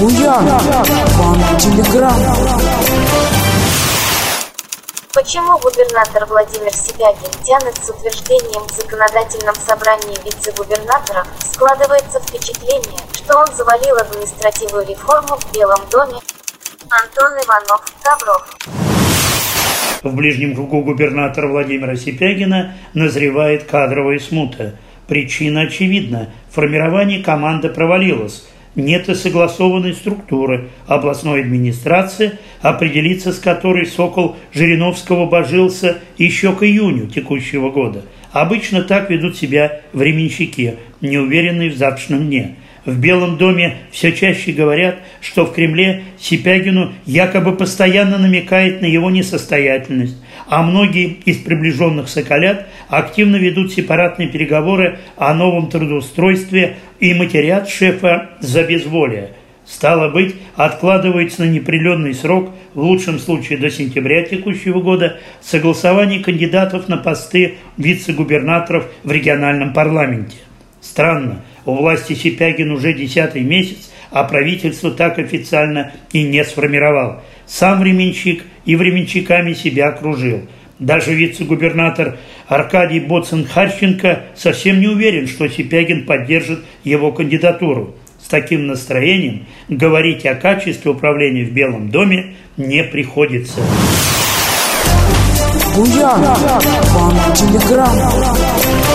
Буян, вам телеграм. Почему губернатор Владимир Сипягин тянет с утверждением в законодательном собрании вице-губернаторов? Складывается впечатление, что он завалил административную реформу в Белом доме. Антон Иванов, Ковров. В ближнем кругу губернатора Владимира Сипягина назревает кадровая смута. Причина очевидна. Формирование команды провалилось. Нет и согласованной структуры областной администрации, определиться с которой Сокол Жириновского божился еще к июню текущего года. Обычно так ведут себя временщики, неуверенные в завтрашнем дне. В Белом доме все чаще говорят, что в Кремле Сипягину якобы постоянно намекает на его несостоятельность, а многие из приближенных Соколят активно ведут сепаратные переговоры о новом трудоустройстве и матерят шефа за безволие. Стало быть, откладывается на неопределенный срок, в лучшем случае до сентября текущего года, согласование кандидатов на посты вице-губернаторов в региональном парламенте. Странно, у власти Сипягин уже 10-й месяц, а правительство так официально и не сформировал. Сам временщик и временщиками себя окружил. Даже вице-губернатор Аркадий Боцин-Харченко совсем не уверен, что Сипягин поддержит его кандидатуру. С таким настроением говорить о качестве управления в Белом доме не приходится. Буян, вам телеграм.